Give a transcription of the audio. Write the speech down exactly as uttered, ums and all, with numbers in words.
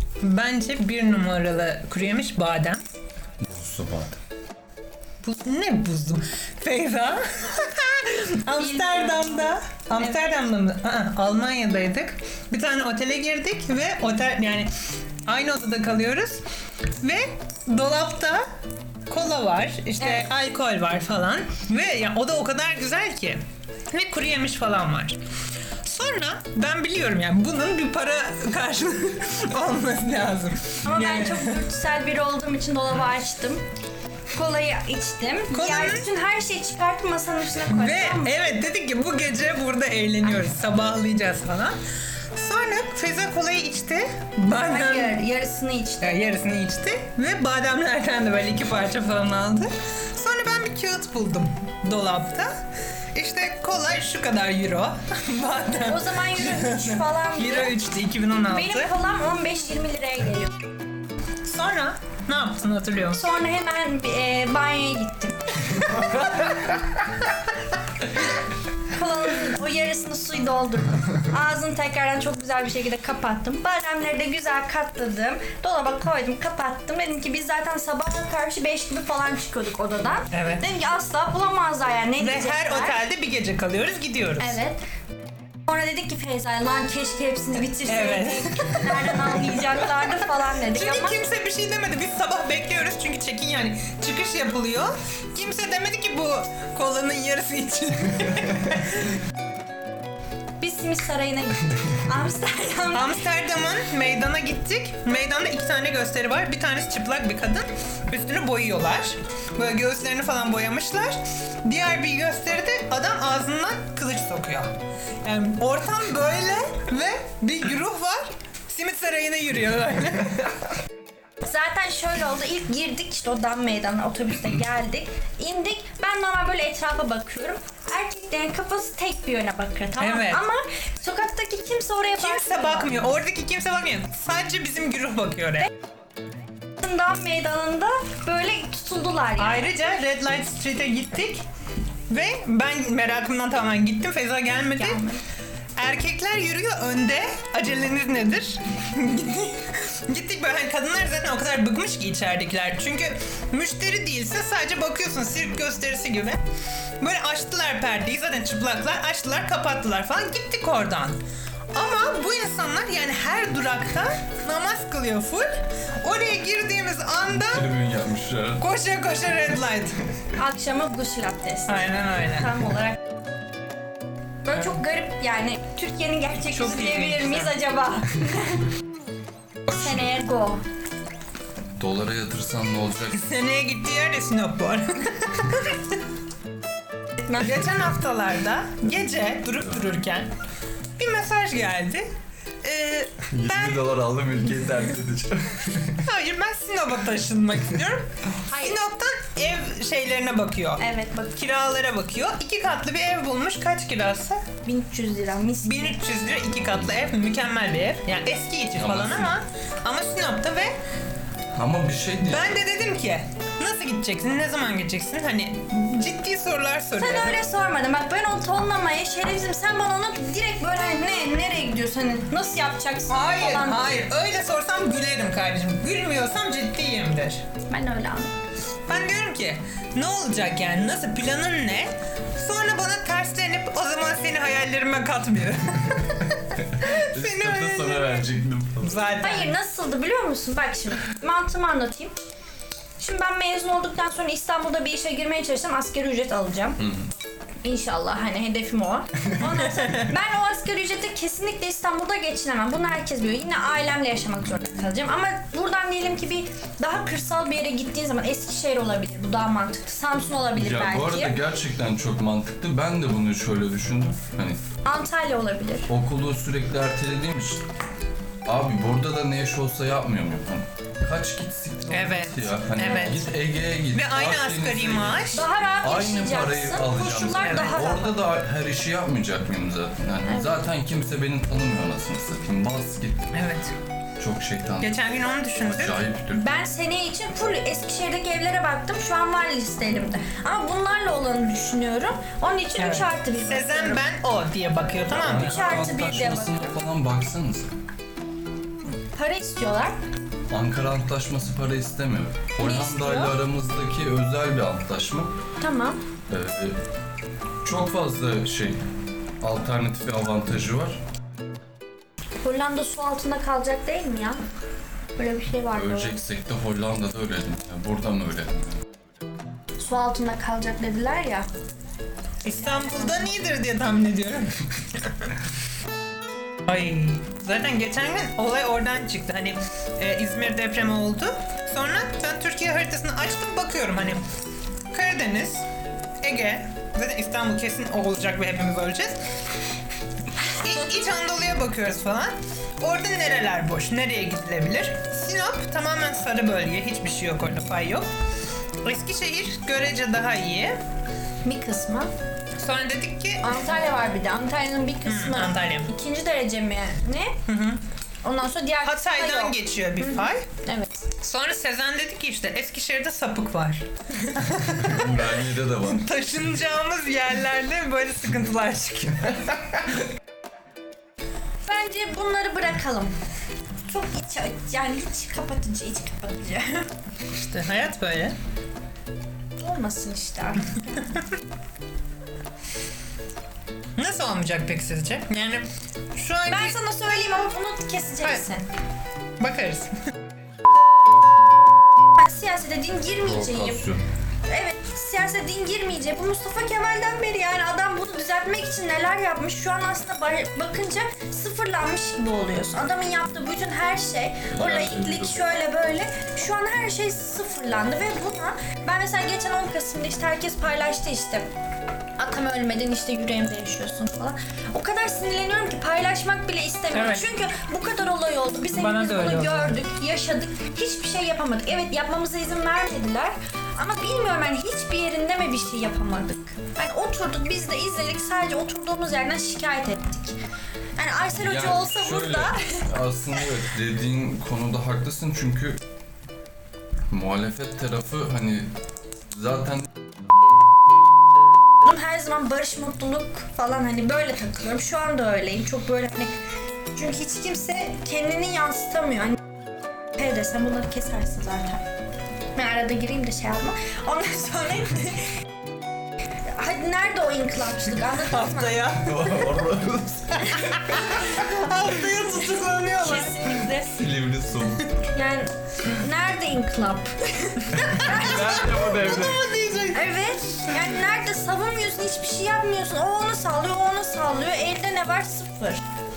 Bence bir numaralı kuru yemiş badem. Buzlu badem. Buz ne buzlu? Feyza. Amsterdam'da. Amsterdam'da mı? Aa, Almanya'daydık. Bir tane otele girdik ve otel yani aynı odada kalıyoruz ve dolapta kola var, işte Evet. alkol var falan ve ya o da o kadar güzel ki ve kuru yemiş falan var. Sonra ben biliyorum yani bunun bir para karşılığı olması lazım. Ama Yani- ben çok dürtüsel biri olduğum için dolabı açtım. Kolayı içtim. Kolanın- Diğer bütün her şeyi çıkarttım masanın üstüne koydum. Ve tamam mı? evet dedik ki bu gece burada eğleniyoruz, sabahlayacağız falan. Sonra Feyza kolayı içti. Badem, Hayır, yarısını içtim. yani yarısını içti ve bademlerden de böyle iki parça falan aldı. Sonra ben bir kağıt buldum dolapta. İşte kola şu kadar euro. Badem. O zaman euro üç falan. Euro üçtü iki bin on altı. Benim kolam on beş yirmi liraya geliyor. Sonra ne yaptın hatırlıyor musun? Sonra hemen e, banyoya gittim. Kolanın o yarısını suyu doldurdum. Ağzını tekrardan çok güzel bir şekilde kapattım. Bademleri de güzel katladım. Dolaba koydum, kapattım. Dedim ki biz zaten sabaha karşı beş gibi falan çıkıyorduk odadan. Evet. Dedim ki asla bulamazlar yani. Ne Ve diyecekler? her otelde bir gece kalıyoruz, gidiyoruz. Evet. Sonra dedik ki Feyza lan keşke hepsini bitirseydik. Evet. Nereden anlayacaklardı falan dedik Çünkü ama kimse bir şey demedi. Biz sabah bekliyoruz çünkü check-in yani çıkış yapılıyor. Kimse demedi ki bu kolanın yarısı için. biz Simit Sarayı'na gittik. Amsterdam'da. Amsterdam'ın meydana gittik. Meydanda iki tane gösteri var. Bir tanesi çıplak bir kadın. Üstünü boyuyorlar. Böyle göğüslerini falan boyamışlar. Diğer bir gösteride adam ağzından kılıç sokuyor. Yani ortam böyle ve bir güruh var. Simit Sarayı'na yürüyor böyle. Zaten şöyle oldu. İlk girdik işte o dam meydanına otobüste geldik. İndik. Ben normal böyle etrafa bakıyorum. Erkeklerin kafası tek bir yöne bakıyor tamam mı? Evet. Ama sokaktaki kimse oraya bakmıyor. Kimse bakmıyor. Oradaki kimse bakmıyor. Sadece bizim güruh bakıyor oraya. Dam meydanında böyle tutuldular yani. Ayrıca Red Light Street'e gittik ve ben merakımdan tamamen gittim. Feyza gelmedi. Gelmedi. Erkekler yürüyor önde. Aceleniz nedir? Gittik- Gittik böyle hani kadınlar zaten o kadar bıkmış ki içeridekiler. Çünkü müşteri değilse sadece bakıyorsun sirk gösterisi gibi. Böyle açtılar perdeyi zaten çıplaklar açtılar kapattılar falan gittik oradan. Ama bu insanlar yani her durakta namaz kılıyor full. Oraya girdiğimiz anda Tribün yapmışlar. koşa koşa red light. Akşama gusül abdesti. Aynen öyle. Tam olarak. Böyle çok garip yani. Türkiye'nin gerçek Çok yüzü diyebilir ilginç. miyiz acaba? Seneye go. Dolara yatırsan ne olacak? Seneye gittiği yer de Sinop bu arada. Geçen haftalarda gece durup dururken bir mesaj geldi. Ee, ben yirmi dolar aldım ülkeyi terk edeceğim. hayır ben Sinop'a taşınmak istiyorum. Hayır. Sinop'tan ev şeylerine bakıyor. Evet bak Kiralara bakıyor. İki katlı bir ev bulmuş. Kaç kirası? bin üç yüz lira mis. bin üç yüz lira iki katlı ev. Mükemmel bir ev. Yani eski içi Ama falan Sinop. ama ama Sinop'ta ve Ama bir şey değil. ben de dedim ki nasıl gideceksin? Ne zaman gideceksin? Hani ciddi sorular soruyorum. Sen öyle sormadın. Bak ben o tonlamayı şerefsizim. Sen bana onu direkt böyle hani ne, nereye gidiyorsun? Hani nasıl yapacaksın Hayır, falan. hayır. Öyle sorsam gülerim kardeşim. Gülmüyorsam ciddiyimdir. Ben öyle anladım. Ben diyorum ki ne olacak yani? Nasıl planın ne? Sonra bana terslenip o zaman seni hayallerime katmıyor. Seni öyle- sana verecektim falan. Zaten. Hayır nasıldı biliyor musun? Bak şimdi mantığımı anlatayım. Şimdi ben mezun olduktan sonra İstanbul'da bir işe girmeye çalışsam asgari ücret alacağım. İnşallah hani hedefim o. Ondan sonra ben o asgari ücrete kesinlikle İstanbul'da geçinemem. Bunu herkes biliyor. Yine ailemle yaşamak zorunda kalacağım. Ama buradan diyelim ki bir daha kırsal bir yere gittiğin zaman Eskişehir olabilir. Bu daha mantıklı. Samsun olabilir Ya belki. bu arada gerçekten çok mantıklı. Ben de bunu şöyle düşündüm. Hani Antalya olabilir. okulu sürekli ertelediğim için. Abi burada da ne iş olsa yapmıyor muyum? Hani kaç git siktir Evet, git ya. Hani evet. git Ege'ye git. Ve aynı Akdeniz'e asgari git. maaş. Daha rahat Aynı parayı yaşayacaksın. alacağım. Koşullar Evet. daha rahat. Orada da her işi yapmayacak mıyım zaten? Yani Evet. zaten kimse beni tanımıyor anasını satayım. Bas git. Evet. Çok şeytan. Geçen gün onu düşündük. Acayiptir. Ben seneye için full Eskişehir'deki evlere baktım. Şu an var liste elimde. Ama bunlarla olanı düşünüyorum. Onun için Evet. üç artı bir Sezen bakıyorum. ben o diye bakıyor tamam mı? Üç artı bir diye Antlaşmasına bakıyorum. falan baksanız. para istiyorlar. Ankara Antlaşması para istemiyor. Hollanda istiyor? ile aramızdaki özel bir antlaşma. Tamam. Ee, çok fazla şey, alternatif bir avantajı var. Hollanda su altında kalacak değil mi ya? Böyle bir şey var. Öleceksek de Hollanda'da ölelim. Yani burada mı ölelim? Su altında kalacak dediler ya. İstanbul'dan iyidir diye tahmin ediyorum. Ay, zaten geçen gün olay oradan çıktı. Hani e, İzmir depremi oldu. Sonra ben Türkiye haritasını açtım bakıyorum hani Karadeniz, Ege, zaten İstanbul kesin olacak ve hepimiz öleceğiz. İ- İç Anadolu'ya bakıyoruz falan. Orada nereler boş, nereye gidilebilir? Sinop tamamen sarı bölge, hiçbir şey yok orada, fay yok. Eskişehir görece daha iyi. Bir kısmı. Sonra dedik ki Antalya var bir de. Antalya'nın bir kısmı. Hı, Antalya. İkinci derece mi? Ne? Hı hı. Ondan sonra diğer kısmı da Hatay'dan yok. geçiyor bir fay. Evet. Sonra Sezen dedi ki işte Eskişehir'de sapık var. Ümraniye'de de var. Taşınacağımız yerlerde böyle sıkıntılar çıkıyor. Bence bunları bırakalım. Çok iç, yani iç kapatıcı, iç kapatıcı. İşte hayat böyle. Olmasın işte artık. Nasıl olmayacak peki sizce? Yani şu an Ben sana söyleyeyim ama bunu keseceksin. bakarız. Ben siyasete din girmeyeceğim. Provokasyon. Evet, siyasete din girmeyeceğim. Bu Mustafa Kemal'den beri yani adam bunu düzeltmek için neler yapmış. Şu an aslında ba- bakınca sıfırlanmış gibi oluyorsun. Adamın yaptığı bütün her şey, o laiklik şöyle böyle. Şu an her şey sıfırlandı ve buna ben mesela geçen on Kasım'da işte herkes paylaştı işte. Atam ölmeden işte yüreğimde yaşıyorsun falan. O kadar sinirleniyorum ki paylaşmak bile istemiyorum. Evet. Çünkü bu kadar olay oldu. Biz Bana hepimiz da öyle bunu oldu. gördük, yaşadık. Hiçbir şey yapamadık. Evet yapmamıza izin vermediler. Ama bilmiyorum yani hiçbir yerinde mi bir şey yapamadık. Yani oturduk biz de izledik sadece oturduğumuz yerden şikayet ettik. Yani Aysel Hoca Yani olsa şöyle, burada aslında evet dediğin konuda haklısın çünkü muhalefet tarafı hani zaten her zaman barış mutluluk falan hani böyle takılıyorum. Şu anda öyleyim. Çok böyle hani çünkü hiç kimse kendini yansıtamıyor. Hani P desem bunları kesersin zaten. Ben arada gireyim de şey yapma. Ondan sonra hadi nerede o inkılapçılık anladın mı? Haftaya. Haftaya tutuklanıyorlar. Kesinlikle. Silivri son. Yani nerede inkılap? Nerede bu devlet? Ama diyecek. Evet. Yani nerede savunmuyorsun, hiçbir şey yapmıyorsun. O onu sağlıyor, o onu sağlıyor. Elde ne var? Sıfır.